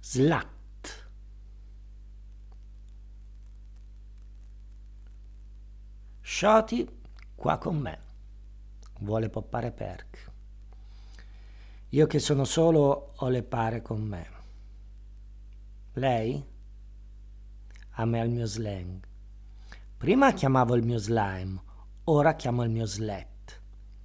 Slat. Shoti qua con me, vuole poppare perk. Io che sono solo ho le pare con me. Lei? A me al mio slang. Prima chiamavo il mio slime, ora chiamo il mio slet.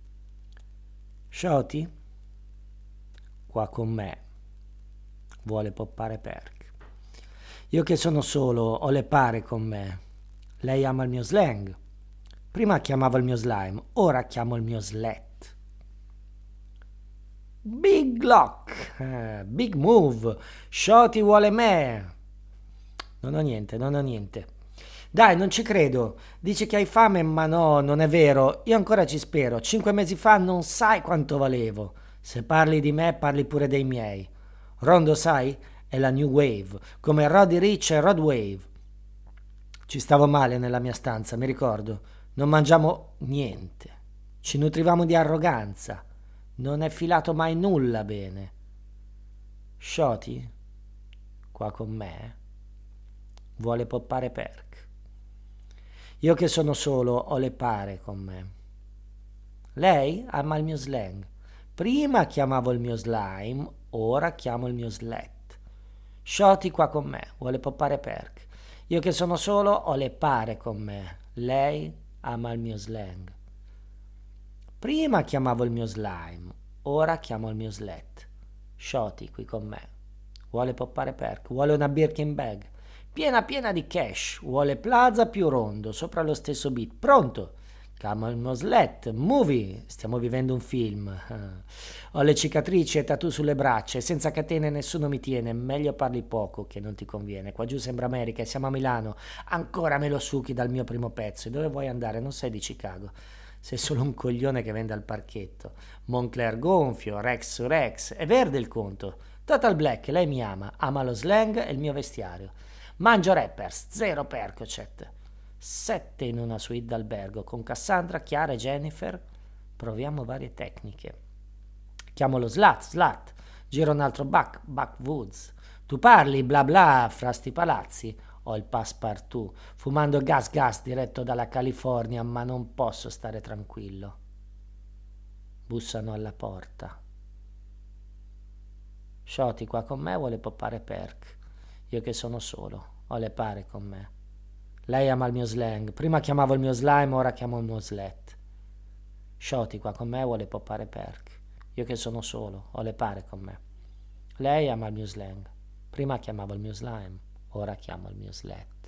Shoti? Qua con me, vuole poppare perk. Io che sono solo ho le pare con me. Lei ama il mio slang. Prima chiamavo il mio slime, ora chiamo il mio slet. Big lock, big move, Shoti vuole me. Non ho niente. Dai, non ci credo. Dici che hai fame, ma no, non è vero. Io ancora ci spero. 5 mesi fa non sai quanto valevo. Se parli di me, parli pure dei miei. Rondo, sai? È la new wave, come Roddy Ricch e Rod Wave. Ci stavo male nella mia stanza, mi ricordo. Non mangiamo niente. Ci nutrivamo di arroganza. Non è filato mai nulla bene. Shoti, qua con me, vuole poppare perk. Io che sono solo ho le pare con me. Lei ama il mio slang. Prima chiamavo il mio slime, ora chiamo il mio slet. Shoti qua con me, vuole poppare perk. Io che sono solo ho le pare con me. Lei ama il mio slang. Prima chiamavo il mio slime, ora chiamo il mio slet. Shoti qui con me, vuole poppare perk, vuole una Birkin bag, piena di cash, vuole plaza più rondo, sopra lo stesso beat. Pronto? Chiamo il mio slet, movie, stiamo vivendo un film. Ho le cicatrici e tattoo sulle braccia e senza catene nessuno mi tiene, meglio parli poco che non ti conviene. Qua giù sembra America e siamo a Milano, ancora me lo succhi dal mio primo pezzo. E dove vuoi andare? Non sei di Chicago. Sei solo un coglione che vende al parchetto. Moncler gonfio, Rex su Rex. È verde il conto. Total Black, lei mi ama lo slang e il mio vestiario. Mangio rappers, zero percocet. 7 in una suite d'albergo con Cassandra, Chiara e Jennifer. Proviamo varie tecniche. Chiamo lo slat. Giro un altro backwoods. Tu parli bla bla fra sti palazzi. Ho il passepartout, fumando gas diretto dalla California, ma non posso stare tranquillo. Bussano alla porta. Shoti qua con me vuole poppare perk. Io che sono solo, ho le pare con me. Lei ama il mio slang. Prima chiamavo il mio slime, ora chiamo il mio slet. Shoti qua con me vuole poppare perk. Io che sono solo, ho le pare con me. Lei ama il mio slang. Prima chiamavo il mio slime, ora chiamo il mio slet.